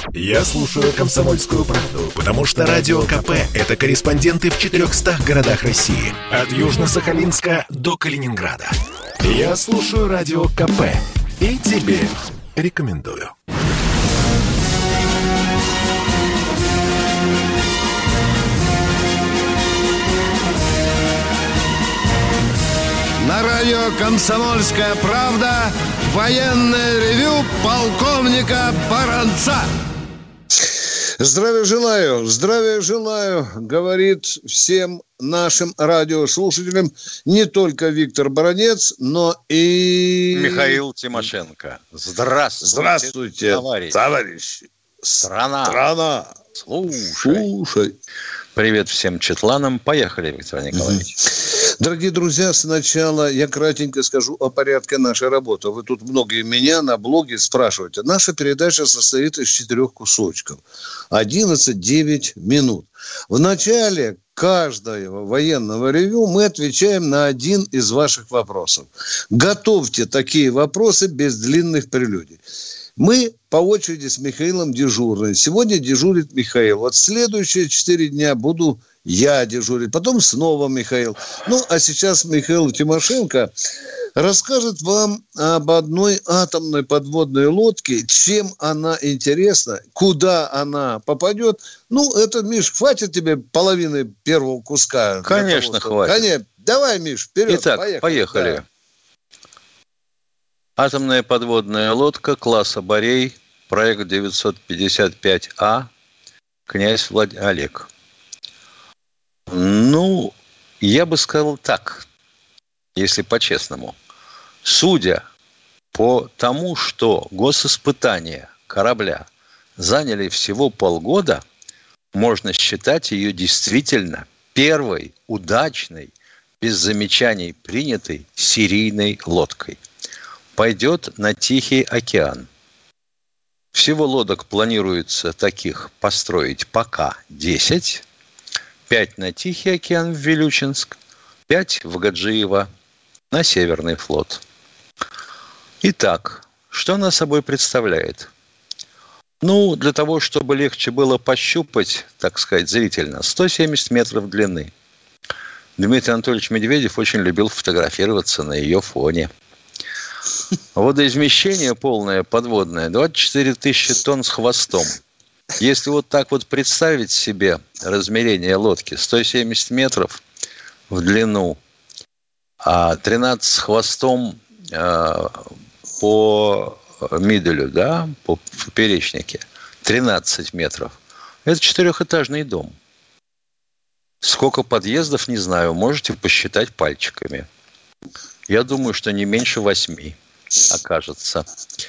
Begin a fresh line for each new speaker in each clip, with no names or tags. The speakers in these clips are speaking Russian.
Я слушаю «Комсомольскую правду», потому что Радио КП – это корреспонденты в 400 городах России. От Южно-Сахалинска до Калининграда. Я слушаю Радио КП и тебе рекомендую.
На радио «Комсомольская правда» военное ревю полковника Баранца. Здравия желаю, говорит всем нашим радиослушателям не только Виктор Баранец, но и...
Михаил Тимошенко. Здравствуйте, товарищи. Страна. Слушай. Привет всем четланам. Поехали, Виктор Николаевич.
Дорогие друзья, сначала я кратенько скажу о порядке нашей работы. Вы тут многие меня на блоге спрашиваете. Наша передача состоит из 4 кусочков. 11-9 минут. В начале каждого военного ревью мы отвечаем на один из ваших вопросов. Готовьте такие вопросы без длинных прелюдий. Мы по очереди с Михаилом дежурные. Сегодня дежурит Михаил. Вот следующие 4 дня буду я дежурить. Потом снова Михаил. Ну, а сейчас Михаил Тимошенко расскажет вам об одной атомной подводной лодке, чем она интересна, куда она попадет. Ну, это, Миш, хватит тебе половины первого куска?
Конечно, хватит.
Конечно. Давай, Миш, вперед.
Итак, поехали. Да. Атомная подводная лодка класса «Борей», проект 955А, князь Олег. Ну, я бы сказал так, если по-честному. Судя по тому, что госиспытания корабля заняли всего полгода, можно считать ее действительно первой удачной, без замечаний принятой серийной лодкой. Пойдет на Тихий океан. Всего лодок планируется таких построить пока 10. 5 на Тихий океан в Вилючинск, 5 в Гаджиево на Северный флот. Итак, что она собой представляет? Ну, для того, чтобы легче было пощупать, так сказать, зрительно, 170 метров длины. Дмитрий Анатольевич Медведев очень любил фотографироваться на ее фоне. Водоизмещение полное подводное 24 тысячи тонн с хвостом. Если вот так вот представить себе размерение лодки, 170 метров в длину, а 13 с хвостом по миделю, да, по поперечнике, 13 метров. Это 4-этажный дом. Сколько подъездов, не знаю, можете посчитать пальчиками. Я думаю, что не меньше 8 окажется.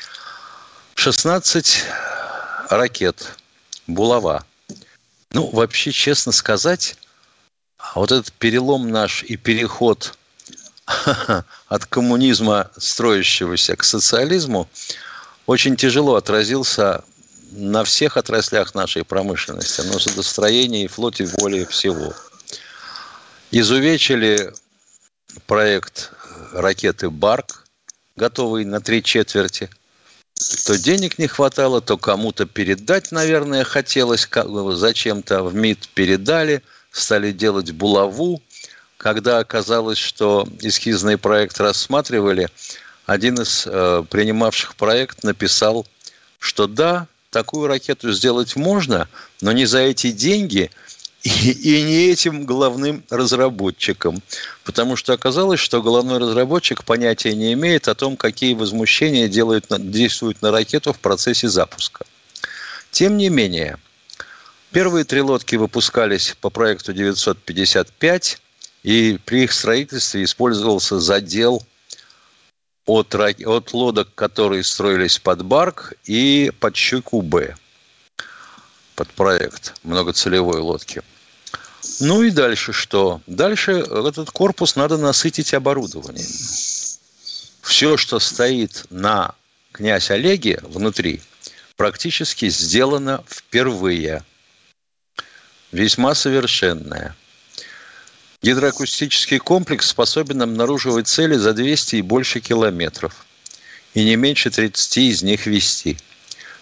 16 ракет. Булава. Ну, вообще, честно сказать, вот этот перелом наш и переход от коммунизма, строящегося, к социализму, очень тяжело отразился на всех отраслях нашей промышленности, на судостроении, флоте, более всего. Изувечили проект ракеты «Барк», готовый на 3/4. То денег не хватало, то кому-то передать, наверное, хотелось. Зачем-то в МИД передали, стали делать булаву. Когда оказалось, что эскизный проект рассматривали, один из принимавших проект написал, что да, такую ракету сделать можно, но не за эти деньги и не этим главным разработчиком. Потому что оказалось, что главной разработчик понятия не имеет о том, какие возмущения действуют на ракету в процессе запуска. Тем не менее, первые 3 лодки выпускались по проекту 955, и при их строительстве использовался задел от лодок, которые строились под Барк и под Щуку-Б, под проект многоцелевой лодки. Ну и дальше что? Дальше этот корпус надо насытить оборудованием. Все, что стоит на «Князь Олеге» внутри, практически сделано впервые. Весьма совершенное. Гидроакустический комплекс способен обнаруживать цели за 200 и больше километров. И не меньше 30 из них вести.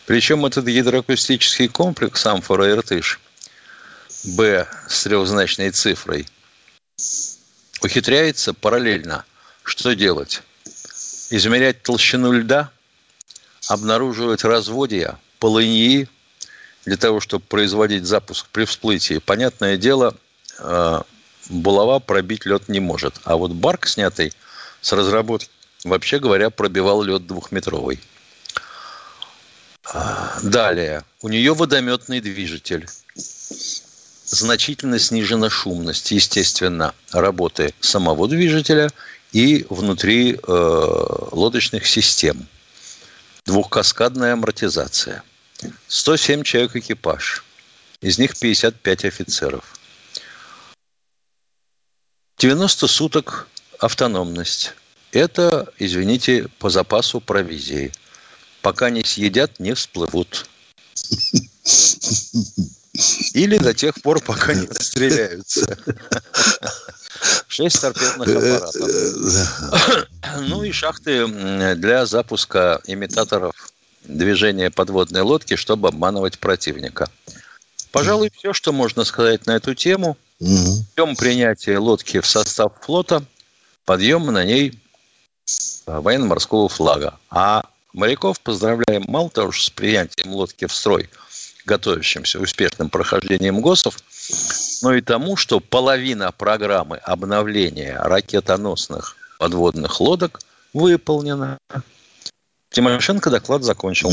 Причем этот гидроакустический комплекс «Амфора-Иртыш» Б с трехзначной цифрой ухитряется параллельно что делать? Измерять толщину льда, обнаруживать разводья, полыньи для того, чтобы производить запуск при всплытии. Понятное дело, булава пробить лед не может. А вот барк, снятый с разработки, вообще говоря, пробивал лед 2-метровый. Далее. У нее водометный движитель. Значительно снижена шумность, естественно, работы самого движителя и внутри лодочных систем. Двухкаскадная амортизация. 107 человек экипаж. Из них 55 офицеров. 90 суток автономность. Это, извините, по запасу провизии. Пока не съедят, не всплывут. Или до тех пор, пока не отстреляются. 6 торпедных аппаратов. Ну и шахты для запуска имитаторов движения подводной лодки, чтобы обманывать противника. Пожалуй, все, что можно сказать на эту тему. Ждем принятия лодки в состав флота, подъем на ней военно-морского флага. А моряков поздравляем мало того, что с принятием лодки в строй, готовящимся успешным прохождением ГОСов, но и тому, что половина программы обновления ракетоносных подводных лодок выполнена. Тимошенко доклад закончил.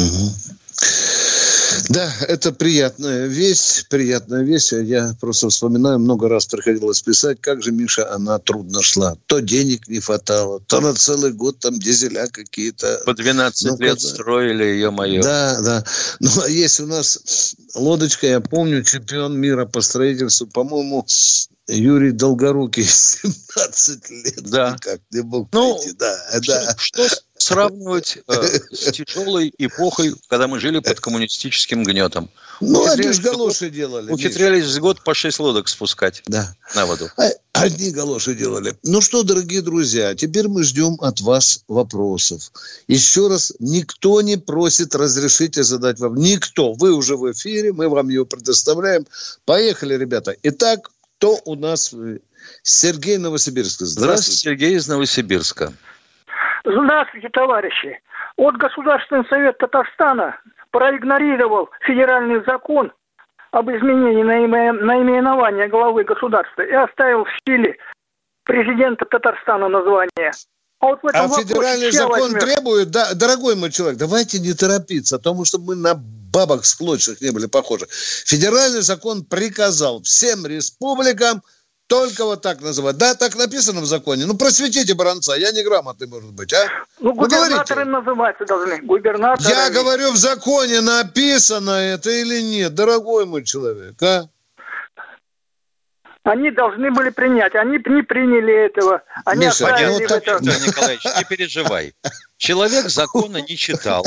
Да, это приятная весть. Я просто вспоминаю, много раз приходилось писать, как же, Миша, она трудно шла. То денег не хватало, то на целый год там дизеля какие-то.
По 12 лет строили, ё-моё.
Да. Ну, а есть у нас лодочка, я помню, чемпион мира по строительству, по-моему, Юрий Долгорукий, 17 лет.
Да.
Никак не мог
пройти.
Да.
Что сравнивать с тяжелой эпохой, когда мы жили под коммунистическим гнетом?
Ну, они же галоши делали.
Ухитрялись в год по 6 лодок спускать на воду.
Одни галоши делали. Ну что, дорогие друзья, теперь мы ждем от вас вопросов. Еще раз, никто не просит разрешите задать вам. Никто. Вы уже в эфире, мы вам ее предоставляем. Поехали, ребята. Итак, кто у нас? Сергей Новосибирска.
Здравствуйте, Сергей из Новосибирска.
Здравствуйте, товарищи. Вот Государственный совет Татарстана проигнорировал федеральный закон об изменении наименования главы государства и оставил в силе президента Татарстана название.
А федеральный закон требует, да, дорогой мой человек, давайте не торопиться, потому что мы на бабок склочных не были похожи. Федеральный закон приказал всем республикам только вот так называть. Да, так написано в законе. Ну, просветите баронца, я неграмотный, может быть, а?
Ну, губернаторы называться должны. Губернаторы.
Я говорю, в законе написано это или нет, дорогой мой человек, а?
Они должны были принять. Они не приняли этого. Они
Миша, Виктор Николаевич, не переживай. Человек закона не читал.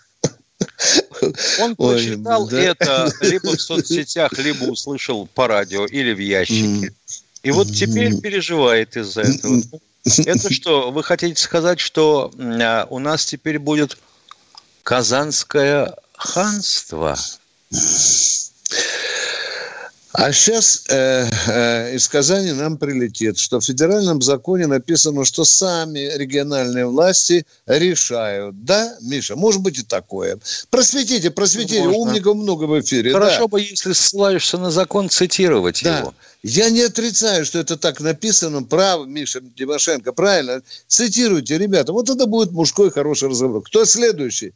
Он прочитал это либо в соцсетях, либо услышал по радио или в ящике. И вот теперь переживает из-за этого. Это что, вы хотите сказать, что у нас теперь будет Казанское ханство?
А сейчас из Казани нам прилетит, что в федеральном законе написано, что сами региональные власти решают. Да, Миша? Может быть и такое. Просветите. Можно. Умников много в эфире.
Хорошо бы, если ссылаешься на закон, цитировать его.
Я не отрицаю, что это так написано. Право, Миша Тимошенко, правильно. Цитируйте, ребята. Вот это будет мужской хороший разговор. Кто следующий?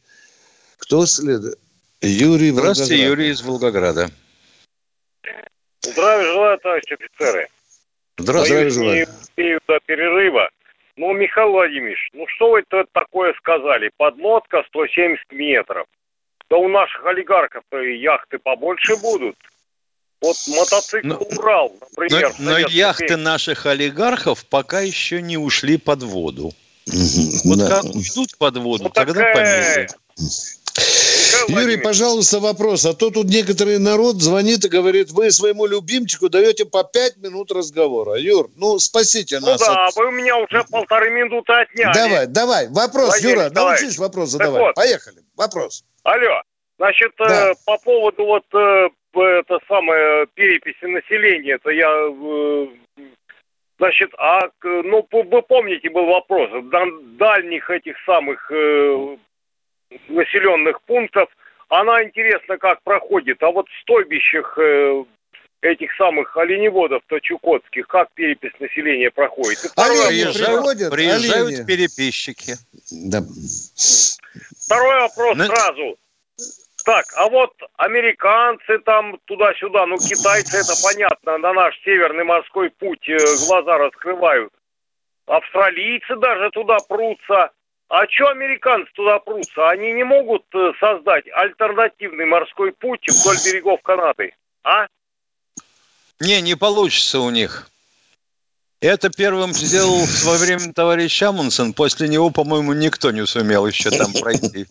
Юрий Волгоград.
Здравствуйте, Юрий из Волгограда.
Здравия желаю, товарищи офицеры.
Здравия желаю.
Не успею до перерыва. Ну, Михаил Владимирович, ну что вы такое сказали? Подлодка 170 метров. Да у наших олигархов-то и яхты побольше будут. Вот мотоцикл «Урал», например.
Но яхты наших олигархов пока еще не ушли под воду. Вот как уйдут под воду, тогда померяем.
Юрий, пожалуйста, вопрос. А то тут некоторый народ звонит и говорит, вы своему любимчику даете по 5 минут разговора. Юр, спасите нас.
Ну да, вы у меня уже 1,5 минуты отняли.
Давай. Вопрос, Владимир, Юра, научись вопрос задавать. Вот, поехали. Вопрос.
Алло. Значит,
Да.
по поводу вот это самое переписи населения, это я... Значит, вы помните, был вопрос, дальних этих самых населенных пунктов, она интересно как проходит, а вот в стойбищах этих самых оленеводов-то чукотских, как перепись населения проходит?
Приезжают переписчики.
Да.
Второй вопрос сразу. Так, а вот американцы там туда-сюда, китайцы, это понятно, на наш Северный морской путь глаза раскрывают. Австралийцы даже туда прутся. А что американцы туда прутся? Они не могут создать альтернативный морской путь вдоль берегов Канады, а?
Не получится у них. Это первым сделал в свое время товарищ Амундсен. После него, по-моему, никто не сумел еще там пройти.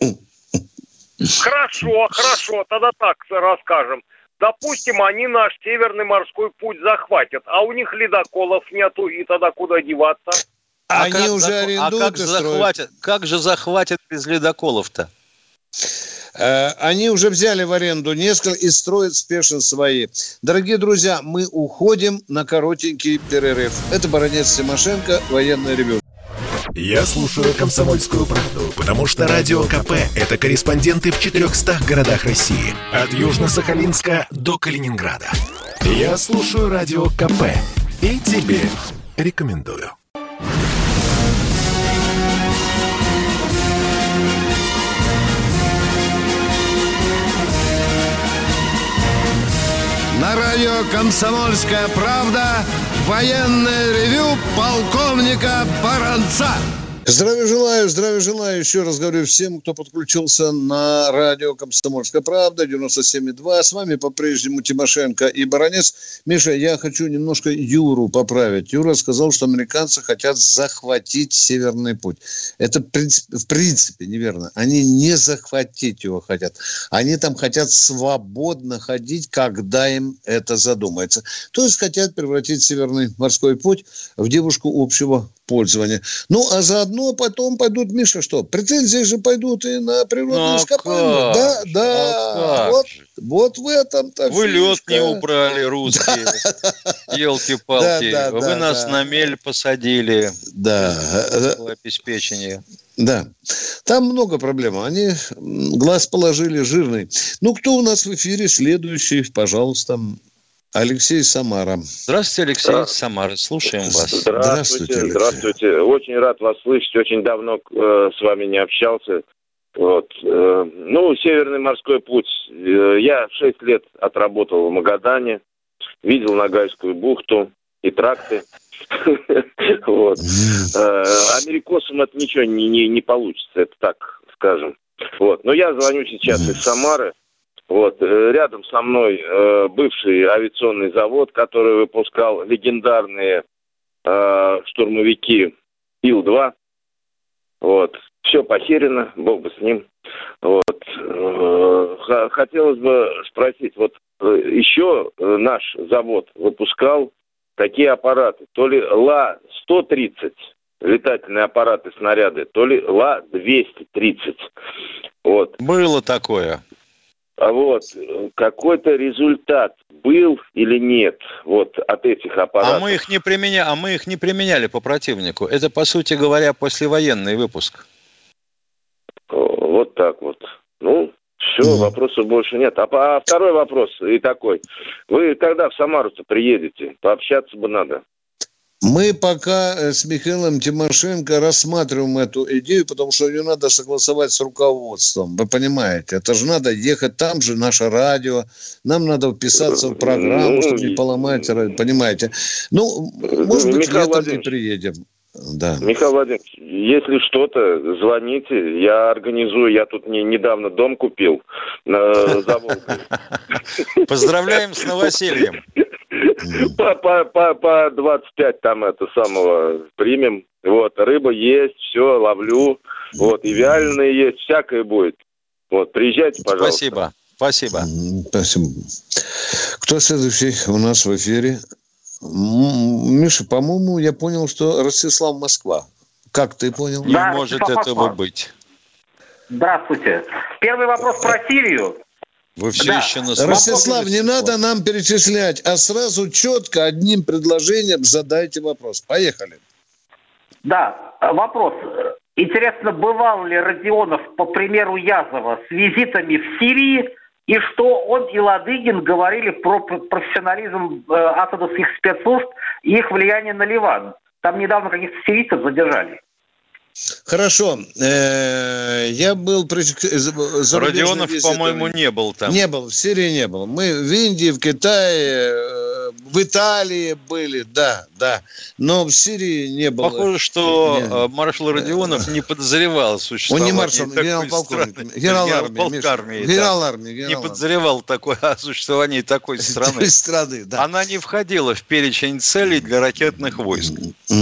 Хорошо, тогда так расскажем. Допустим, они наш Северный морской путь захватят, а у них ледоколов нету, и тогда куда деваться?
Они уже арендуют и строят.
Как же захватят без ледоколов-то?
Они уже взяли в аренду несколько и строят спешно свои. Дорогие друзья, мы уходим на коротенький перерыв. Это Баранец Тимошенко, военное ревю.
Я слушаю «Комсомольскую правду», потому что Радио КП – это корреспонденты в 400 городах России. От Южно-Сахалинска до Калининграда. Я слушаю Радио КП и тебе рекомендую.
На радио «Комсомольская правда» военное ревю полковника Баранца. Здравия желаю. Еще раз говорю всем, кто подключился на радио «Комсомольская правда», 97,2. С вами по-прежнему Тимошенко и Баранец. Миша, я хочу немножко Юру поправить. Юра сказал, что американцы хотят захватить Северный путь. Это в принципе неверно. Они не захватить его хотят. Они там хотят свободно ходить, когда им это задумается. То есть хотят превратить Северный морской путь в девушку общего пользования. Ну, а заодно потом пойдут, Миша, что? Претензии же пойдут и на природные ископаемые. Да. Вот в этом-то
вы лед не убрали, русские. Елки-палки. Вы нас на мель посадили.
Да.
Обеспечение.
Да. Там много проблем. Они глаз положили жирный. Ну, кто у нас в эфире следующий? Пожалуйста. Алексей, Самара.
Здравствуйте, Алексей, Самара. Слушаем вас.
Здравствуйте. Очень рад вас слышать. Очень давно с вами не общался. Вот. Северный морской путь. Я 6 лет отработал в Магадане. Видел Ногайскую бухту и тракты. Америкосам это ничего не получится. Это так скажем. Но я звоню сейчас из Самары. Рядом со мной бывший авиационный завод, который выпускал легендарные штурмовики Ил-2. Все похерено, бог бы с ним. Хотелось бы спросить, еще наш завод выпускал такие аппараты, то ли Ла-130, летательные аппараты, снаряды, то ли Ла-230.
Было такое.
Какой-то результат был или нет от этих аппаратов?
А мы их не применяли по противнику. Это, по сути говоря, послевоенный выпуск.
Вот так вот. Все, вопросов больше нет. А второй вопрос и такой. Вы когда в Самару-то приедете? Пообщаться бы надо.
Мы пока с Михаилом Тимошенко рассматриваем эту идею, потому что ее надо согласовать с руководством. Вы понимаете, это же надо ехать, там же наше радио, нам надо вписаться в программу, чтобы не поломать, понимаете. Может быть, летом не приедем. Да.
Михаил Владимирович, если что-то, звоните, я организую. Я тут недавно дом купил за Волгой.
Поздравляем с новосельем.
По 25 там примем. Рыба есть, все, ловлю. И вяленые есть, всякое будет. Приезжайте, пожалуйста.
Спасибо.
Кто следующий у нас в эфире? Миша, по-моему, я понял, что Ростислав, Москва. Как ты понял?
Не может этого быть.
Здравствуйте. Первый вопрос про Сирию.
Вы все еще на свободе.
Ростислав, не надо нам перечислять, а сразу четко одним предложением задайте вопрос. Поехали.
Да, вопрос. Интересно, бывал ли Родионов, по примеру Язова, с визитами в Сирии, и что он и Ладыгин говорили про профессионализм асадовских спецслужб и их влияние на Ливан? Там недавно каких-то сирийцев задержали.
Хорошо. Я был...
Родионов, по-моему, не был там.
Не был, в Сирии не был. Мы в Индии, в Китае, в Италии были, да. Но в Сирии не было.
Похоже, что маршал Родионов не подозревал о существовании.
Он не маршал, генерал-полковник. Генерал армии.
Не подозревал о существовании такой страны.
Да.
Она не входила в перечень целей для ракетных войск.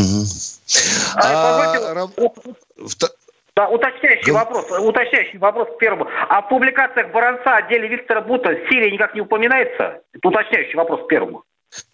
Уточняющий вопрос к первому. А в публикациях Баранца о деле Виктора Бута Сирия никак не упоминается? Это уточняющий вопрос к первому.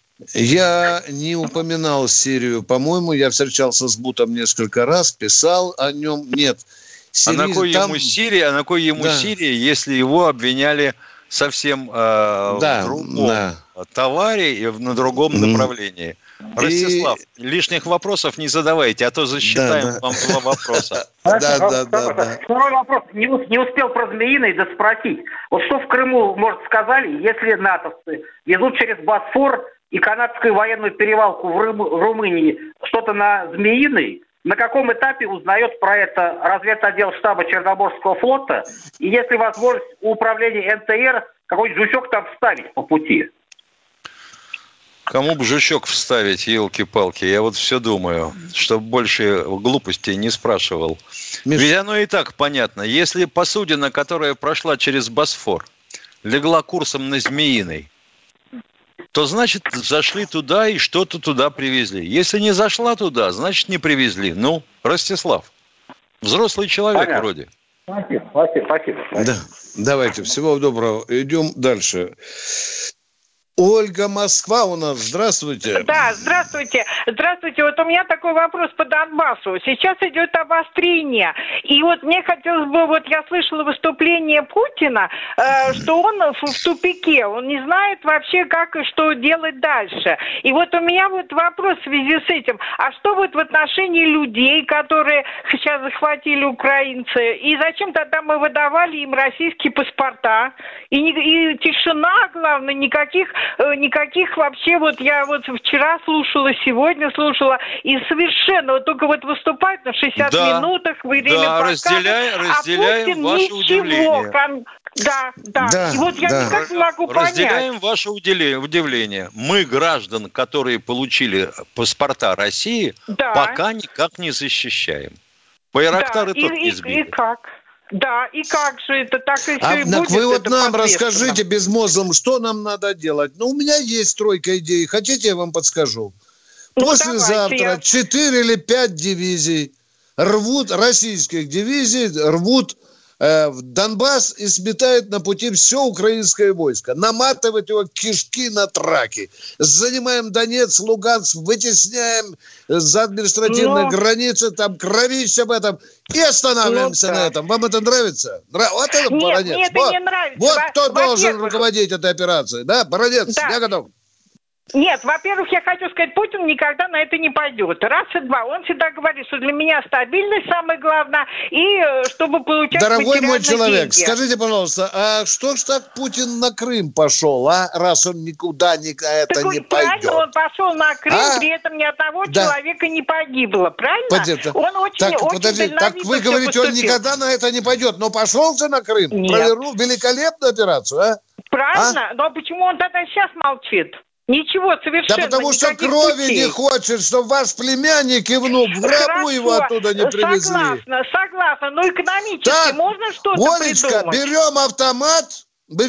Я не упоминал Сирию. По-моему, я встречался с Бутом несколько раз, писал о нем. Нет.
А на кой ему Сирия, если его обвиняли совсем в другом товаре и на другом направлении? Ростислав, лишних вопросов не задавайте, а то засчитаем вам 2 вопроса.
Да.
Второй вопрос. Не успел про Змеиный спросить. Вот что в Крыму, может, сказали, если натовцы везут через Босфор и канадскую военную перевалку в Румынии что-то на Змеиный, на каком этапе узнает про это разведотдел штаба Черноморского флота? И есть ли возможность у управления НТР какой-нибудь жучок там вставить по пути?
Кому бы жучок вставить, елки-палки, я вот все думаю, чтобы больше глупостей не спрашивал. Ведь оно и так понятно. Если посудина, которая прошла через Босфор, легла курсом на Змеиный, то, значит, зашли туда и что-то туда привезли. Если не зашла туда, значит, не привезли. Ну, Ростислав, взрослый человек. Понятно. Вроде.
Спасибо.
Да, давайте, всего доброго. Идем дальше. Ольга, Москва у нас. Здравствуйте.
Да, здравствуйте. Здравствуйте. Вот у меня такой вопрос по Донбассу. Сейчас идет обострение. И вот мне хотелось бы, вот я слышала выступление Путина, что он в тупике. Он не знает вообще, как и что делать дальше. И вот у меня вот вопрос в связи с этим. А что вот в отношении людей, которые сейчас захватили украинцы? И зачем тогда мы выдавали им российские паспорта? И тишина, главное, никаких вообще, вот я вот вчера слушала, сегодня слушала, и совершенно вот только вот выступают на 60 минутах, время
разделяем ваше удивление.
Да. И вот я никак не могу понять.
Разделяем ваше удивление. Мы, граждан, которые получили паспорта России, пока никак не защищаем. Байрактары только не сбили.
И как? Да, и как же это так и все и будет?
Вы вот нам расскажите безмозглым, что нам надо делать. Ну, у меня есть 3 идей. Хотите, я вам подскажу? Послезавтра 4 или 5 дивизий российских дивизий рвут в Донбасс и сметают на пути все украинское войско. Наматывать его кишки на траки. Занимаем Донецк, Луганск, вытесняем за административные границы, там кровища об этом и останавливаемся на этом. Вам это нравится? Вот это Баранец.
Нет, это не нравится.
Вот кто должен руководить этой операцией. Да, Баранец, я готов.
Нет, во-первых, я хочу сказать, Путин никогда на это не пойдет. Раз и два. Он всегда говорит, что для меня стабильность самое главное, и чтобы получать
дорогой мой человек,
деньги.
Скажите, пожалуйста, а что ж так Путин на Крым пошел, раз он никуда не пойдет?
Правильно, он пошел на Крым, при этом ни одного человека не погибло, правильно? Он очень дальновидно
так вы говорите, он никогда на это не пойдет, но пошел-то на Крым, провернул великолепную операцию, а?
Правильно, но почему он тогда сейчас молчит? Ничего совершенно.
Да потому что крови не хочет, чтобы ваш племянник и внук в гробу его оттуда не привезли.
Согласна. Но экономически можно что-то
Олечка,
придумать?
берем автомат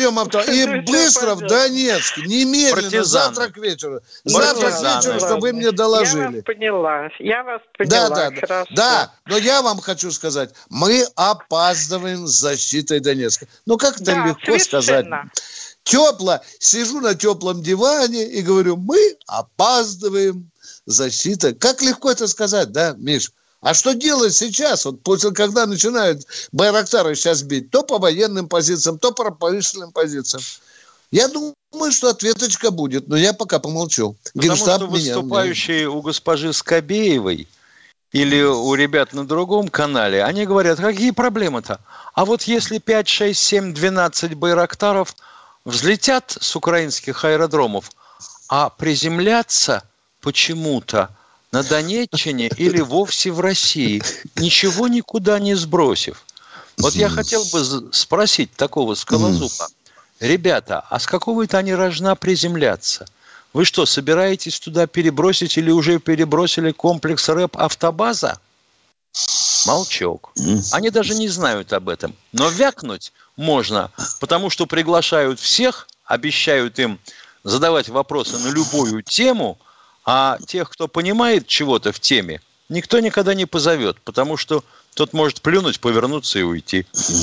и быстро в Донецк, немедленно, завтра к вечеру. Завтра к вечеру, чтобы вы мне доложили.
Я вас поняла.
Да, но я вам хочу сказать, мы опаздываем с защитой Донецка. Ну как это легко сказать? Тепло, сижу на теплом диване и говорю, мы опаздываем, защита. Как легко это сказать, да, Миш? А что делать сейчас? Вот после, когда начинают байрактары сейчас бить, то по военным позициям, то по промышленным позициям. Я думаю, что ответочка будет, но я пока помолчу.
Потому что выступающие у госпожи Скобеевой или у ребят на другом канале, они говорят, какие проблемы-то? А вот если 5, 6, 7, 12 байрактаров взлетят с украинских аэродромов, а приземлятся почему-то на Донеччине или вовсе в России, ничего никуда не сбросив. Вот я хотел бы спросить такого скалозуба. Ребята, а с какого это они рожна приземляться? Вы что, собираетесь туда перебросить или уже перебросили комплекс рэп автобаза? Молчок. Они даже не знают об этом. Но вякнуть можно, потому что приглашают всех, обещают им задавать вопросы на любую тему, а тех, кто понимает чего-то в теме, никто никогда не позовет, потому что тот может плюнуть, повернуться и уйти.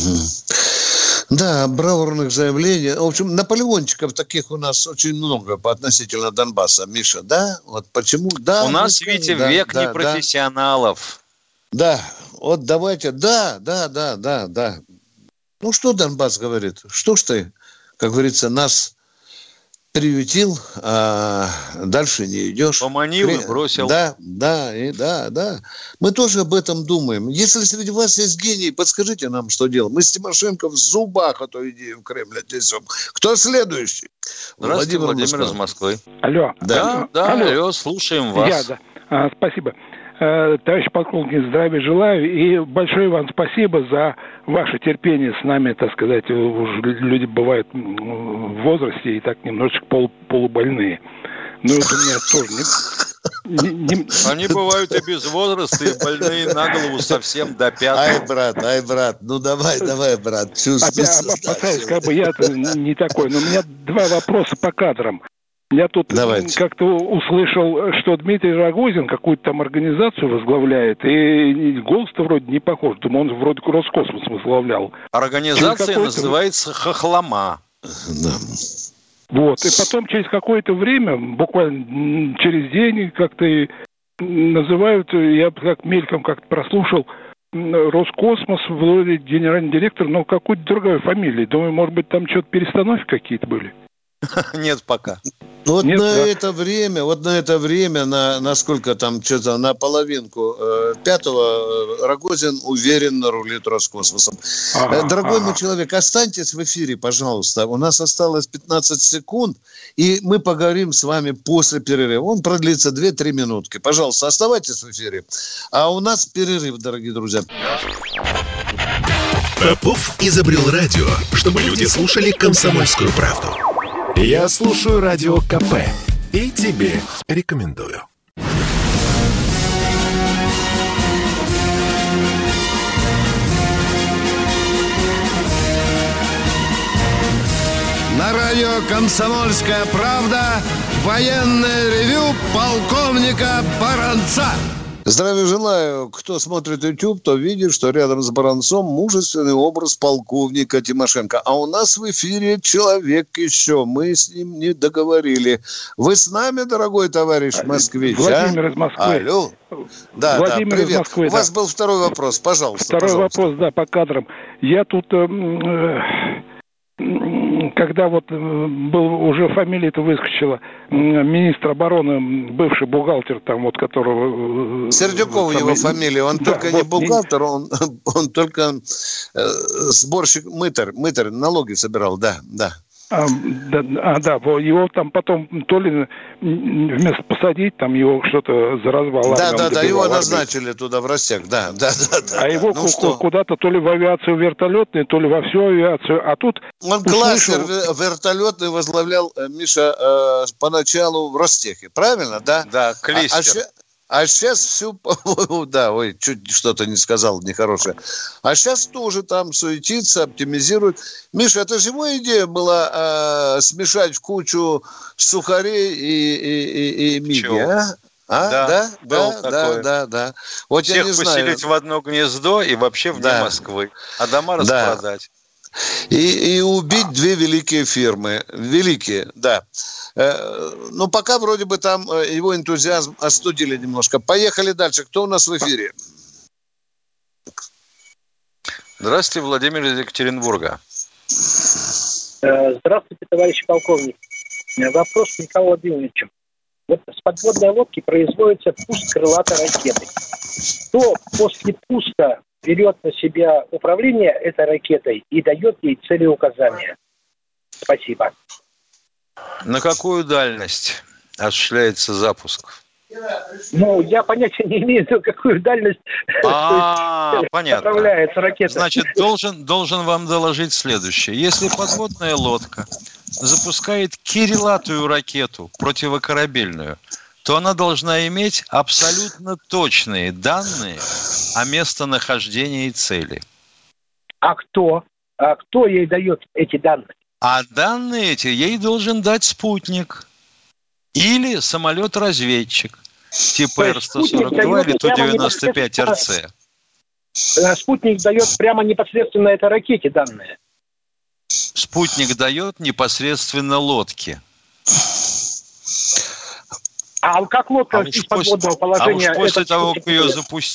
Да, бравурных заявлений. В общем, наполеончиков таких у нас очень много по относительно Донбасса, Миша, да? Вот почему? Да,
у нас, видите, век непрофессионалов.
Да, вот давайте, да. Ну, что Донбасс говорит? Что ж ты, как говорится, нас приютил, а дальше не идешь.
Поманил и бросил.
Да. Мы тоже об этом думаем. Если среди вас есть гений, подскажите нам, что делать. Мы с Тимошенко в зубах эту идею в Кремль отнесем. Кто следующий?
Здравствуйте, Владимир из Москвы.
Алло.
Алло, слушаем вас.
Спасибо. Товарищ полковник, здравия желаю. И большое вам спасибо за ваше терпение с нами, так сказать. Уж люди бывают в возрасте и так немножечко полубольные. Но это у меня тоже
Они бывают и без возраста, и больные на голову совсем до пятого.
Ай, брат, ну давай, брат.
Опасаюсь, как бы я-то не такой. Но у меня два вопроса по кадрам. Я тут как-то услышал, что Дмитрий Рогозин какую-то там организацию возглавляет, и голос-то вроде не похож. Думаю, он вроде Роскосмос возглавлял.
Организация называется «Хохлома».
Да.
Вот, и потом через какое-то время, буквально через день, как-то называют, я как мельком как-то прослушал, Роскосмос, вроде генеральный директор, но какой-то другой фамилии. Думаю, может быть, там что-то перестановки какие-то были.
Нет пока.
Вот на это время, на сколько там, что-то на половинку пятого Рогозин уверенно рулит Роскосмосом. Дорогой мой человек, останьтесь в эфире, пожалуйста. У нас осталось 15 секунд, и мы поговорим с вами после перерыва. Он продлится 2-3 минутки. Пожалуйста, оставайтесь в эфире. А у нас перерыв, дорогие друзья.
Попов изобрел радио, чтобы люди слушали «Комсомольскую правду». Я слушаю Радио КП и тебе рекомендую.
На радио «Комсомольская правда» военное ревю полковника Баранца. Здравия желаю. Кто смотрит YouTube, то видит, что рядом с Баранцом мужественный образ полковника Тимошенко. А у нас в эфире человек еще. Мы с ним не договорили. Вы с нами, дорогой товарищ москвич?
Владимир из Москвы.
Алло. Да,
Владимир
привет.
из Москвы,
у вас был второй вопрос. Пожалуйста.
Вопрос, да, по кадрам. Я тут... когда вот был, уже фамилия-то выскочила, министр обороны, бывший бухгалтер, там вот которого...
Сердюков его фамилия, он только не бухгалтер, он только сборщик, мытарь, налоги собирал, да.
Его там потом то ли вместо посадить, там его что-то за развал.
Да, его назначили туда в Ростех, да.
А его куда-то то ли в авиацию вертолетную, то ли во всю авиацию, а тут...
Он кластер вертолетный возглавлял, Миша, поначалу в Ростехе, правильно, да?
Да, клистер.
А сейчас всю... Да, чуть что-то не сказал нехорошее. А сейчас тоже там суетится, оптимизирует. Миша, это же его идея была смешать в кучу сухарей и мидии, а? Да. Вот
всех
я не знаю.
Поселить в одно гнездо и вообще вне Москвы. А дома распродать.
И убить две великие фирмы. Великие, да. Но пока вроде бы там его энтузиазм остудили немножко. Поехали дальше. Кто у нас в эфире?
Здравствуйте, Владимир из Екатеринбурга.
Здравствуйте, товарищ полковник. Вопрос к Михаилу Владимировичу. Вот с подводной лодки производится пуск крылатой ракеты. Кто после пуска берет на себя управление этой ракетой и дает ей целеуказания? Спасибо.
На какую дальность осуществляется запуск?
Ну, я понятия не имею, на какую дальность
понятно.
отправляется ракета.
Значит, должен вам доложить следующее. Если подводная лодка запускает крылатую ракету противокорабельную, то она должна иметь абсолютно точные данные о местонахождении цели.
А кто ей дает эти данные?
А данные эти ей должен дать спутник или самолет-разведчик типа Р-142 или Ту-95РЦ.
Спутник дает прямо непосредственно этой ракете данные.
Спутник дает непосредственно лодке.
А как лодка из подводного положения...
А уж после того, как ее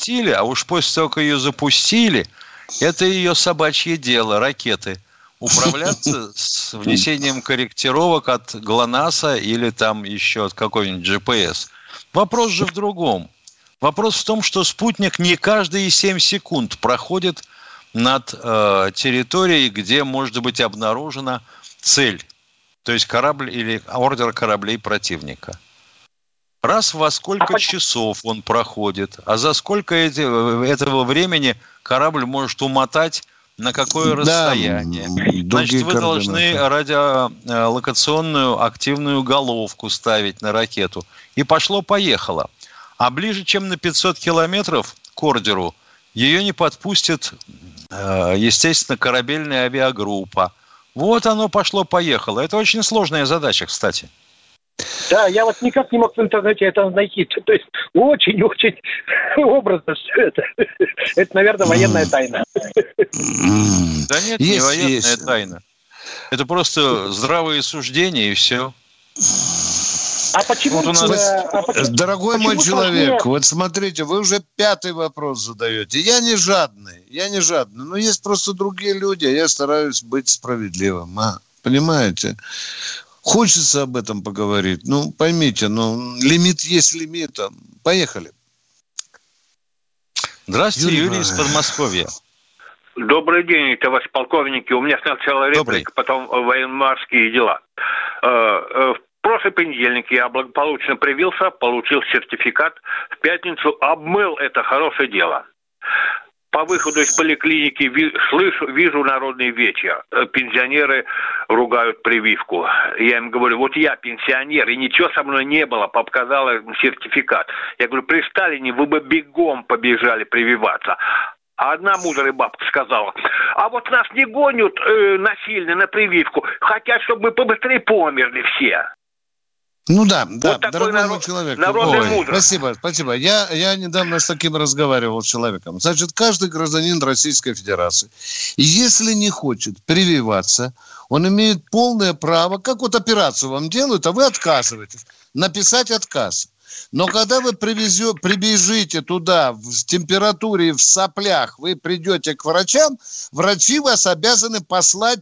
запустили, это ее собачье дело, ракеты, управляться с внесением корректировок от ГЛОНАССа или там еще от какой-нибудь GPS. Вопрос же в другом. Вопрос в том, что спутник не каждые 7 секунд проходит над территорией, где может быть обнаружена цель, то есть корабль или ордер кораблей противника. Раз во сколько часов он проходит, а за сколько этого времени корабль может умотать на какое расстояние. Значит, вы должны радиолокационную активную головку ставить на ракету. И пошло-поехало. А ближе, чем на 500 километров к ордеру, ее не подпустит, естественно, корабельная авиагруппа. Вот оно пошло-поехало. Это очень сложная задача, кстати.
Да, я вот никак не мог в интернете это найти. То есть очень-очень образно все это. Это, наверное, военная тайна.
Да нет, не военная тайна. Это просто здравые суждения и все.
А почему...
Дорогой мой человек, вот смотрите, вы уже 5-й вопрос задаете. Я не жадный. Но есть просто другие люди, а я стараюсь быть справедливым. Понимаете? Хочется об этом поговорить. Ну, поймите, лимит есть лимитом. Поехали.
Здравствуйте, Юрий из Подмосковья.
Добрый день, товарищ полковники. У меня сначала реплика, потом военно-морские дела. В прошлый понедельник я благополучно привился, получил сертификат. В пятницу обмыл это хорошее дело. По выходу из поликлиники вижу народные вечья. Пенсионеры ругают прививку. Я им говорю, вот я пенсионер, и ничего со мной не было, показал им сертификат. Я говорю, при Сталине вы бы бегом побежали прививаться. А одна мудрая бабка сказала, а вот нас не гонят насильно на прививку, хотят, чтобы мы побыстрее померли все.
Ну да,
вот
дорогой мой человек. Спасибо. Я недавно с таким разговаривал с человеком. Значит, каждый гражданин Российской Федерации, если не хочет прививаться, он имеет полное право, как вот операцию вам делают, а вы отказываетесь, написать отказ. Но когда вы прибежите туда в температуре и в соплях, вы придете к врачам, врачи вас обязаны послать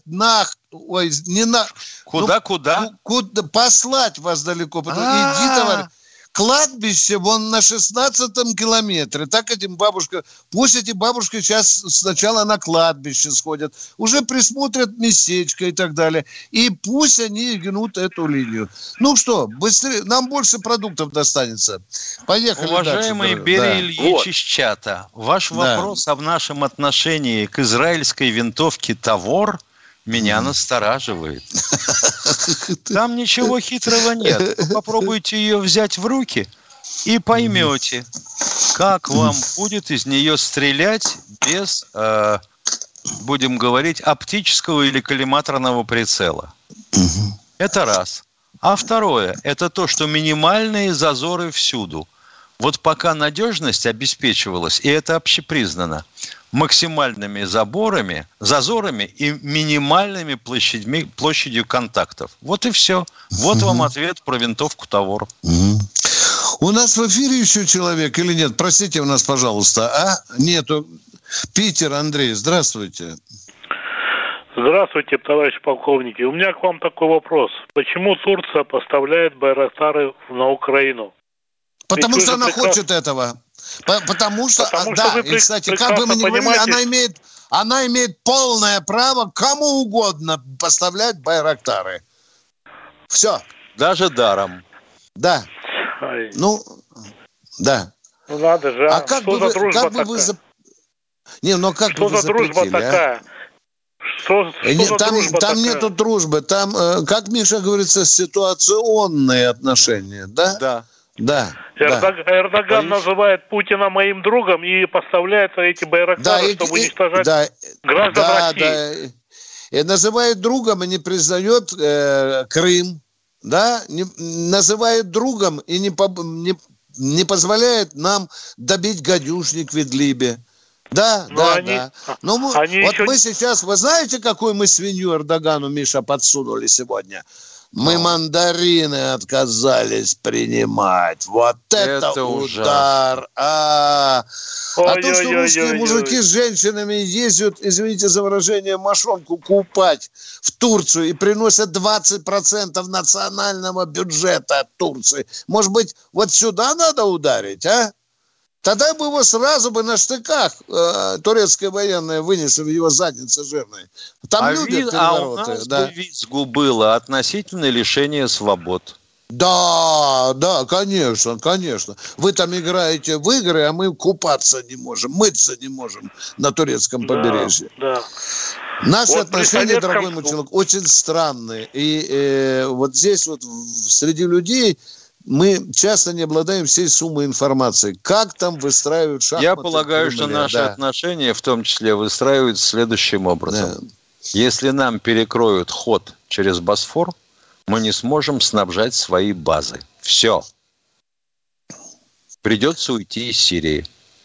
Куда?
Послать вас далеко. Иди, товарищ. Кладбище вон на 16-м километре. Так этим бабушкам... Пусть эти бабушки сейчас сначала на кладбище сходят. Уже присмотрят местечко и так далее. И пусть они гнут эту линию. Ну что, быстрее. Нам больше продуктов достанется. Поехали.
Уважаемый
дальше.
Берий Ильич из чата. Ваш вопрос о нашем отношении к израильской винтовке «Тавор» меня настораживает. Там ничего хитрого нет. Вы попробуйте ее взять в руки и поймете, как вам будет из нее стрелять без, будем говорить, оптического или коллиматорного прицела. Это раз. А второе, это то, что минимальные зазоры всюду. Вот пока надежность обеспечивалась, и это общепризнано, максимальными зазорами и минимальными площадью контактов. Вот и все. Вот вам ответ про винтовку «Тавор».
У нас в эфире еще человек или нет? Простите у нас, пожалуйста. Нету. Питер, Андрей, здравствуйте.
Здравствуйте, товарищ полковники. У меня к вам такой вопрос. Почему Турция поставляет байрактары на Украину?
Потому что она хочет этого. Потому что да, и, кстати, как бы мы ни говорили, она имеет полное право кому угодно поставлять байрактары. Все.
Даже даром.
Да. Ну, да.
Ну, надо же.
А как бы вы... Как бы вы Не, но как
что
бы вы
за дружба такая?
Там нету дружбы. Там, как Миша говорится, ситуационные отношения, да?
Да.
Да.
Эрдоган называет Путина моим другом и поставляет эти байрактары, чтобы уничтожать граждан России. Да.
И называет другом и не признает Крым, да? Называет другом и не позволяет нам добить гадюшник в Идлибе. Да. Ну, вот еще... мы сейчас, вы знаете, какую мы свинью Эрдогану, Миша, подсунули сегодня? Мы мандарины отказались принимать. Вот это удар. А то, что русские мужики с женщинами ездят, извините за выражение, мошонку купать в Турцию и приносят 20% национального бюджета Турции. Может быть, вот сюда надо ударить, а? Тогда бы его сразу бы на штыках турецкая военная вынесла в его задницы жирные. Там любят перевороты.
У нас бы визгу было относительно лишения свобод.
Да, конечно. Вы там играете в игры, а мы купаться не можем, мыться не можем на турецком побережье.
Да.
Наши отношения, дорогой мой человек, очень странные. И вот здесь вот среди людей... Мы часто не обладаем всей суммой информации. Как там выстраивают шахматы?
Я полагаю, что наши отношения в том числе выстраиваются следующим образом. Да. Если нам перекроют ход через Босфор, мы не сможем снабжать свои базы. Все. Придется уйти из Сирии.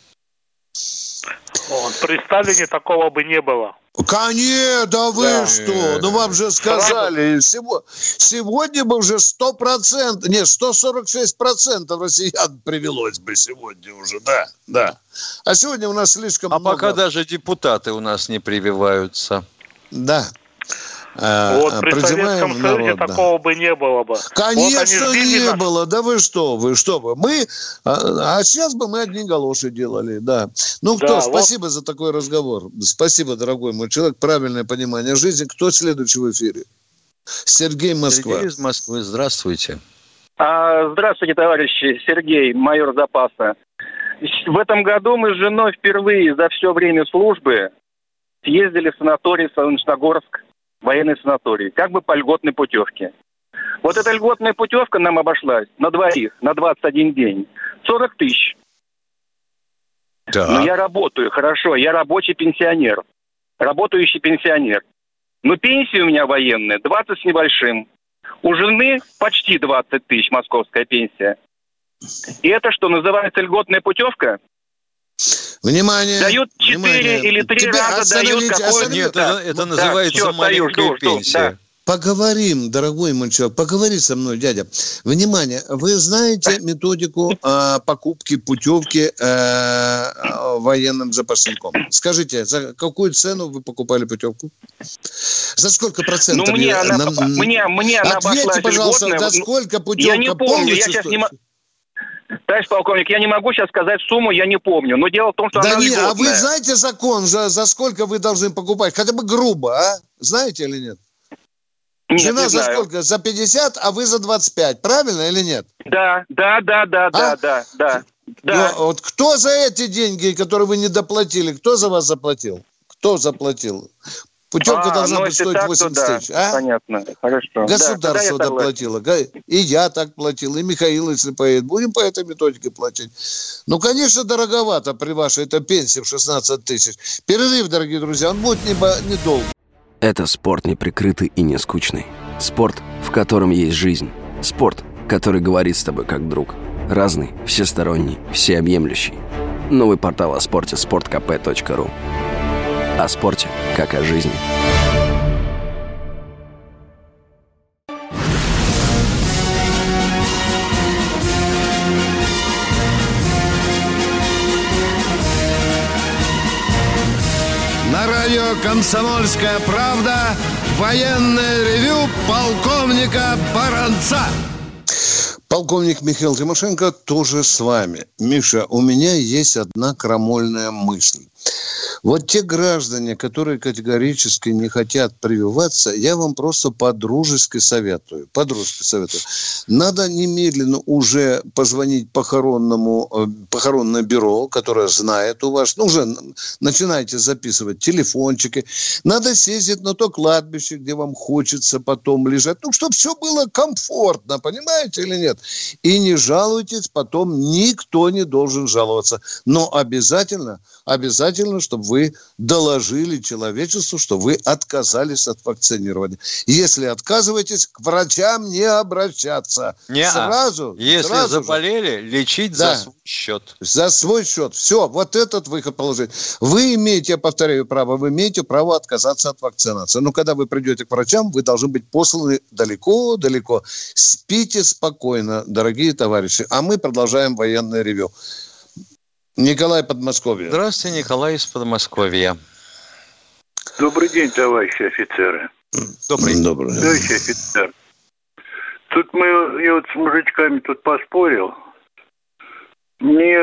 При Сталине такого бы не было.
Конечно, да вы что? Ну вам же сказали, сегодня бы уже 100%, нет, 146% россиян привелось бы сегодня уже, да. А сегодня у нас слишком много.
А пока даже депутаты у нас не прививаются.
Да.
Вот при Советском Союзе такого бы не было бы.
Конечно, вот не было. Да вы что? Мы, а сейчас бы мы одни галоши делали, да. Ну, кто? Спасибо за такой разговор. Спасибо, дорогой мой человек. Правильное понимание жизни. Кто следующий в эфире? Сергей, Москва.
Сергей из Москвы. Здравствуйте.
Здравствуйте, товарищи. Сергей, майор запаса. В этом году мы с женой впервые за все время службы съездили в санаторий Солнечногорск, военный санаторий, как бы по льготной путевке. Вот эта льготная путевка нам обошлась на двоих, на 21 день. 40 тысяч.
Да.
Но я работаю, хорошо, я рабочий пенсионер, работающий пенсионер. Но пенсия у меня военная 20 с небольшим. У жены почти 20 тысяч московская пенсия. И это что, называется льготная путевка?
Внимание!
Дают 4 или 3 раза дают какое-то...
Нет, это называется маленькая пенсия.
Да.
Поговорим, дорогой мой человек, поговори со мной, дядя. Внимание, вы знаете методику покупки путевки военным запасником? Скажите, за какую цену вы покупали путевку? За сколько процентов?
Ну, мне она обошлась.
Ответьте, пожалуйста, за сколько путевка?
Я не помню, я сейчас не могу... Товарищ полковник, я не могу сейчас сказать сумму, я не помню. Но дело в том, что она льготная.
А вы знаете закон, за сколько вы должны покупать? Хотя бы грубо, а? Знаете или нет?
Нет,
жена
не
за
знаю.
Сколько? За 50, а вы за 25. Правильно или нет?
Да.
Ну, вот кто за эти деньги, которые вы не доплатили, кто за вас заплатил? Кто заплатил? Путевка должна быть стоить 80 тысяч. А?
Понятно, хорошо.
Государство доплатило. И я так платил, и Михаил, если поедет. Будем по этой методике платить. Ну, конечно, дороговато при вашей этой пенсии в 16 тысяч. Перерыв, дорогие друзья, он будет недолго.
Это спорт неприкрытый и не скучный. Спорт, в котором есть жизнь. Спорт, который говорит с тобой как друг. Разный, всесторонний, всеобъемлющий. Новый портал о спорте – sportkp.ru. О спорте, как о жизни.
«Комсомольская правда» военное ревю полковника Баранца. Полковник Михаил Тимошенко тоже с вами. Миша, у меня есть одна крамольная мысль. Вот те граждане, которые категорически не хотят прививаться, я вам просто по-дружески советую. Надо немедленно уже позвонить похоронное бюро, которое знает у вас. Уже начинайте записывать телефончики. Надо съездить на то кладбище, где вам хочется потом лежать. Чтобы все было комфортно, понимаете или нет? И не жалуйтесь, потом никто не должен жаловаться. Но обязательно, чтобы вы доложили человечеству, что вы отказались от вакцинирования. Если отказываетесь, к врачам не обращаться. Сразу.
Если заболели, лечить за свой счет.
За свой счет. Все, вот этот выход положить. Вы имеете, я повторяю, право отказаться от вакцинации. Но когда вы придете к врачам, вы должны быть посланы далеко-далеко. Спите спокойно, дорогие товарищи. А мы продолжаем военное ревю. Николай, Подмосковье.
Здравствуйте, Николай из Подмосковья.
Добрый день, товарищи офицеры.
Добрый.
Товарищ офицер. Тут я вот с мужичками тут поспорил. Не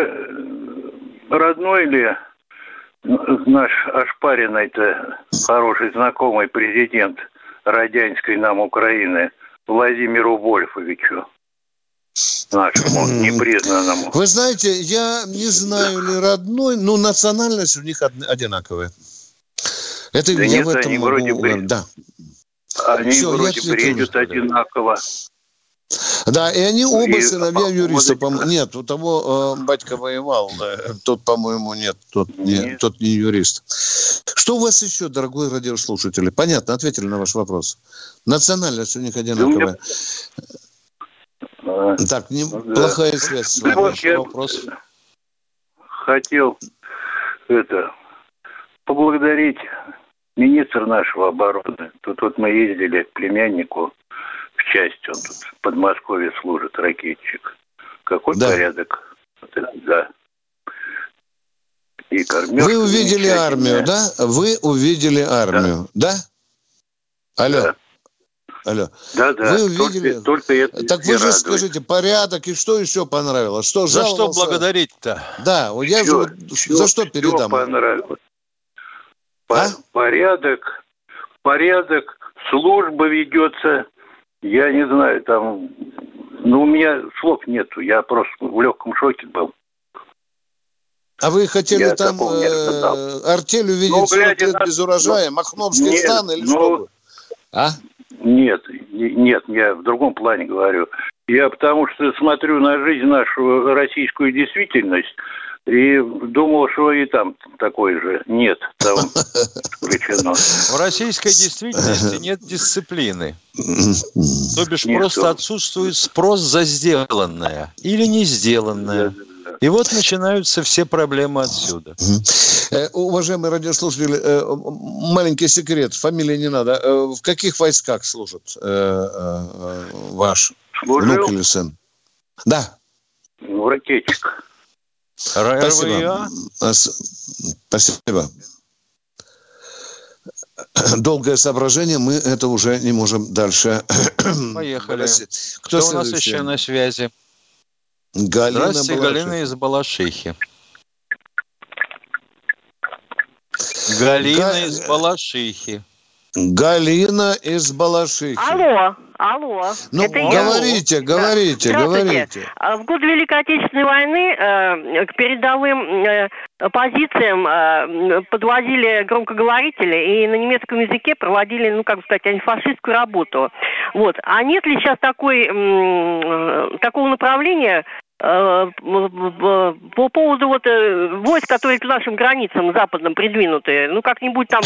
родной ли наш ошпаренный-то хороший знакомый президент Родянской нам Украины Владимиру Вольфовичу? Нашему непризнанному.
Вы знаете, я не знаю ли родной, но национальность у них одинаковая. Это
да
я
нет,
в этом
они
могу...
вроде
Да.
Они все, вроде бредят одинаково.
Да, и они оба сыновья юриста. Нет, у того батька воевал, тот, по-моему, нет, тот не юрист. Что у вас еще, дорогой радиослушатель? Понятно, ответили на ваш вопрос. Национальность у них одинаковая. Так, плохая связь с вами.
Вот я
вопрос?
Хотел поблагодарить министра нашего обороны. Тут вот мы ездили к племяннику в часть, он тут в Подмосковье служит, ракетчик. Какой порядок? Да. И кормёжка.
Вы увидели армию, да? Вы увидели армию, да? Алло.
Да.
Алло.
Да.
Вы увидели?
Только это.
Так вы же скажите, порядок и что еще понравилось? Что
за
жаловался?
что благодарить-то?
Да, я же за что передам?
Понравилось. Порядок, служба ведется. Я не знаю, там... у меня слов нету. Я просто в легком шоке был.
А вы хотели там артель увидеть 40 лет без урожая? Махновский стан или что?
Нет, я в другом плане говорю. Я потому что смотрю на жизнь нашу российскую действительность и думал, что и там такой же нет. Там включено.
В российской действительности нет дисциплины. То бишь просто отсутствует спрос за сделанное или не сделанное. И вот начинаются все проблемы отсюда.
Уважаемые радиослушатели, маленький секрет, фамилии не надо. В каких войсках служит ваш внук или сын? Да.
Ракетчик.
Спасибо. Спасибо. Долгое соображение, мы это уже не можем дальше.
Поехали. Кто у нас еще на связи?
Здравствуйте,
Галина из Балашихи. Галина из Балашихи.
Галина из Балашихи.
Алло.
Ну,
это
говорите.
В год Великой Отечественной войны к передовым позициям подвозили громкоговорители и на немецком языке проводили, антифашистскую работу. Вот. А нет ли сейчас такого направления по поводу войск, которые к нашим границам западным придвинуты? Как-нибудь там,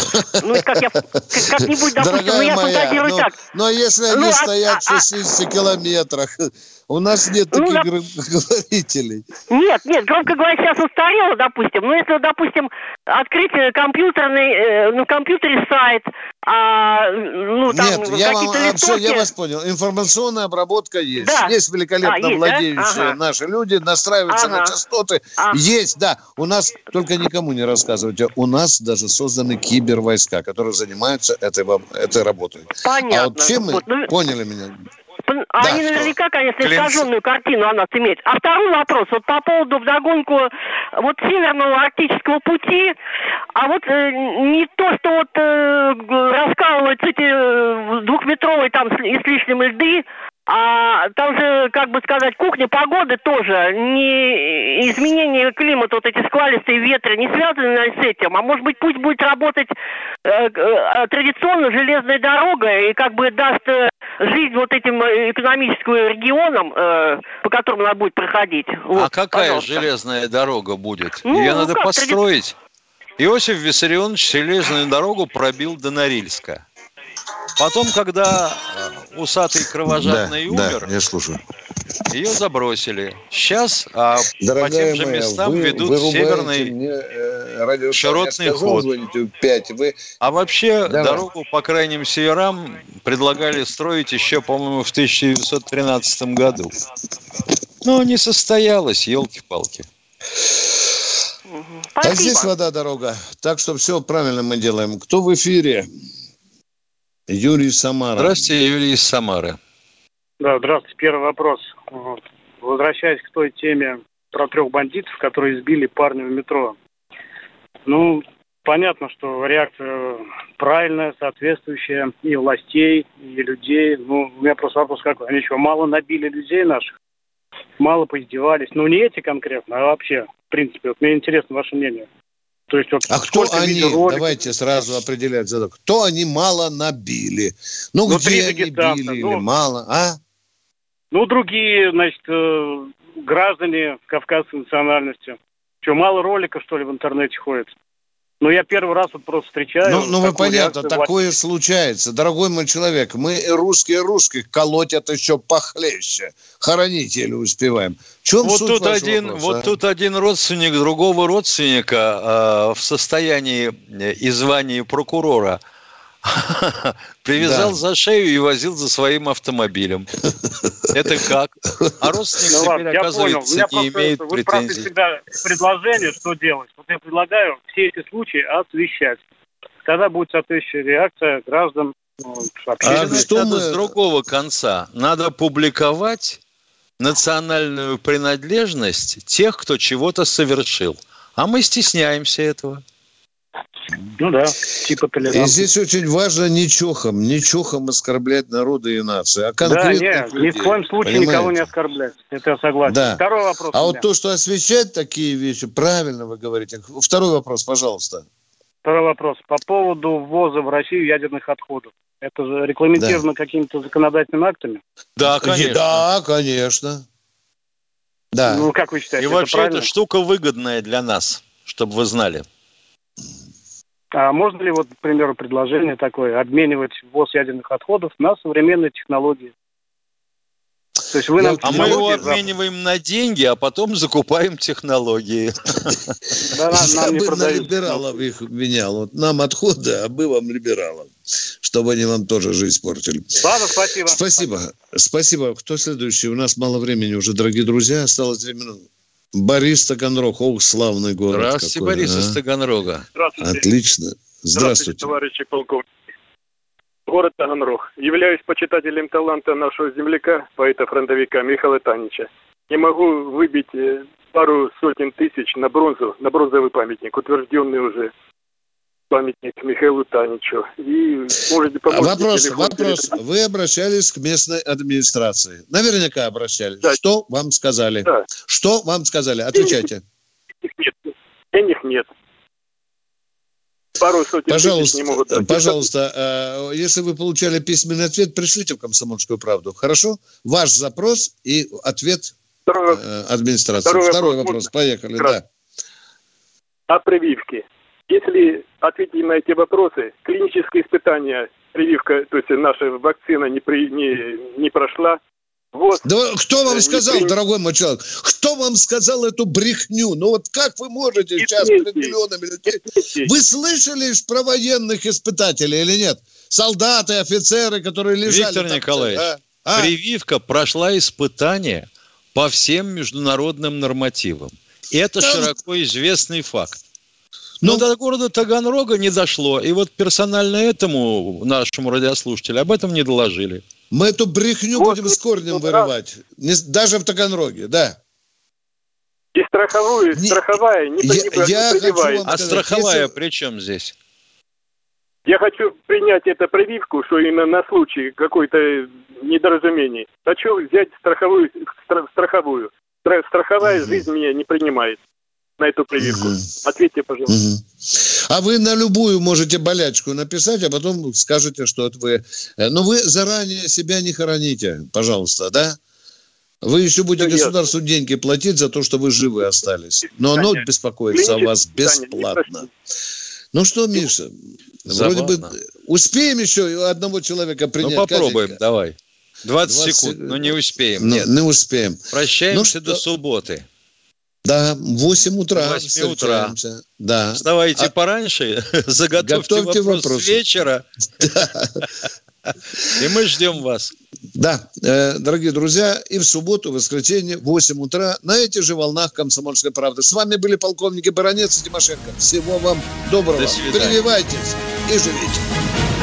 как-нибудь, допустим, я фантазирую так.
Но если они стоят в 60 километрах, У нас нет таких говорителей.
Нет, громкоговоритель сейчас устарело, допустим. Но если, допустим, открыть на компьютере сайт, там какие-то
я вас понял. Информационная обработка есть. Да. Есть великолепно владеющие наши люди, настраиваются на частоты. Есть, да. У нас, только никому не рассказывайте, у нас даже созданы кибервойска, которые занимаются этой работой.
Понятно.
А вот чем мы... Поняли меня?
Они наверняка, конечно, искаженную картину о нас имеют. А второй вопрос, вот по поводу вдогонку вот Северного Арктического пути, а вот не то, что вот раскалываются эти 2-метровые там и с лишним льды, а там же, как бы сказать, кухня погоды тоже, не изменение климата, вот эти сквалистые ветры не связаны с этим, а может быть пусть будет работать традиционно железная дорога и как бы даст жизнь вот этим экономическим регионам, по которым надо будет проходить. Вот,
а какая железная дорога будет? Ее надо построить. Иосиф Виссарионович железную дорогу пробил до Норильска. Потом, когда усатый кровожадный умер,
я слушаю.
Ее забросили. Сейчас по тем же местам ведут северный широтный ход. А вообще дорогу по крайним северам предлагали строить еще, по-моему, в 1913 году. Но не состоялось, елки-палки.
А здесь вода, дорога. Так что все правильно мы делаем. Кто в эфире? Юрий Самара.
Здравствуйте, Юрий из Самары.
Да, здравствуйте. Первый вопрос. Возвращаясь к той теме про 3 бандитов, которые избили парня в метро. Понятно, что реакция правильная, соответствующая и властей, и людей. У меня просто вопрос какой. Они что, мало набили людей наших? Мало поиздевались? Не эти конкретно, а вообще, в принципе. Вот мне интересно ваше мнение. То есть,
кто они? Давайте сразу определять задок. Кто они мало набили? Где они били или мало?
Другие, граждане кавказской национальности. Что, мало роликов, что ли, в интернете ходит? Я первый раз просто встречаю.
Вы понятно, такое случается. Дорогой мой человек, мы русских колотят еще похлеще. Хоронить еле успеваем.
Тут один родственник другого родственника в состоянии и звании прокурора привязал за шею и возил за своим автомобилем. Это как? А родственник теперь, оказывается, не имеет претензий. Вы спрашиваете
всегда предложение, что делать. Вот я предлагаю все эти случаи освещать. Тогда будет соответствующая реакция граждан.
С другого конца. Надо публиковать национальную принадлежность тех, кто чего-то совершил. А мы стесняемся этого.
Типа толерантности.
И здесь очень важно не чохом оскорблять народы и нации, а конкретных людей.
Ни в коем случае никого не оскорблять. Это я согласен.
Да.
Второй вопрос.
А вот то, что освещать такие вещи, правильно вы говорите. Второй вопрос, пожалуйста.
Второй вопрос. По поводу ввоза в Россию ядерных отходов. Это же регламентировано какими-то законодательными актами?
Да, конечно.
Да, конечно. Да.
Как вы считаете,
и вообще эта штука выгодная для нас, чтобы вы знали.
А можно ли, к примеру, предложение такое, обменивать ввоз ядерных отходов на современные технологии? То есть мы
его обмениваем на деньги, а потом закупаем технологии.
Я бы на либералов их менял. Вот нам отходы, а мы вам либералам. Чтобы они вам тоже жизнь портили.
Ладно, спасибо.
Спасибо. Кто следующий? У нас мало времени уже, дорогие друзья. Осталось 2 минуты. Борис Таганрог, славный город.
Здравствуйте, какой, Борис из Таганрога.
Здравствуйте. Отлично. Здравствуйте,
товарищи полковники. Город Таганрог. Являюсь почитателем таланта нашего земляка, поэта-фронтовика Михаила Танича. Не могу выбить пару сотен тысяч на бронзовый памятник, утвержденный уже памятник Михаилу Таничу. И можете помочь.
Вопрос. Вы обращались к местной администрации? Наверняка обращались. Да. Что вам сказали? Да. Что вам сказали? Отвечайте.
Денег нет. Пару сотен тысяч не могут дать.
Пожалуйста, если вы получали письменный ответ, пришлите в «Комсомольскую правду». Хорошо? Ваш запрос и ответ администрации. Второй вопрос. Поехали. Да.
О прививке. Если ответить на эти вопросы, клинические испытания, прививка, то есть наша вакцина не прошла, Вот.
Да кто вам сказал, дорогой мой человек, кто вам сказал эту брехню? Ну вот как вы можете сейчас перед миллионами людей... Вы слышали про военных испытателей или нет? Солдаты, офицеры, которые лежали...
Виктор Николаевич, прививка прошла испытание по всем международным нормативам. Это широко известный факт. Но до города Таганрога не дошло. И вот персонально этому нашему радиослушателю об этом не доложили.
Мы эту брехню будем с корнем вырывать. Даже в Таганроге, да.
И страховая не прививает.
А страховая при чем здесь?
Я хочу принять эту прививку, что именно на случай какой-то недоразумений. Хочу взять страховую. Страховая жизнь меня не принимает на эту прививку. Ответьте, пожалуйста.
А вы на любую можете болячку написать, а потом скажете, что это вы... Но вы заранее себя не хороните, пожалуйста, да? Вы еще будете государству деньги платить за то, что вы живы остались. Но оно беспокоится о вас бесплатно. Ну что, Миша, вроде бы успеем еще одного человека принять.
Ну попробуем, Катенька. Давай. 20 секунд, но не успеем. Нет.
Не успеем.
Прощаемся до субботы.
Да, в 8 утра.
8 утра.
Да.
Вставайте пораньше, заготовьте вопрос с вечера. И мы ждем вас.
Да, дорогие друзья, и в субботу, в воскресенье, в 8 утра на этих же волнах «Комсомольской правды». С вами были полковники Баранец и Тимошенко. Всего вам доброго.
До свидания.
Прививайтесь и живите.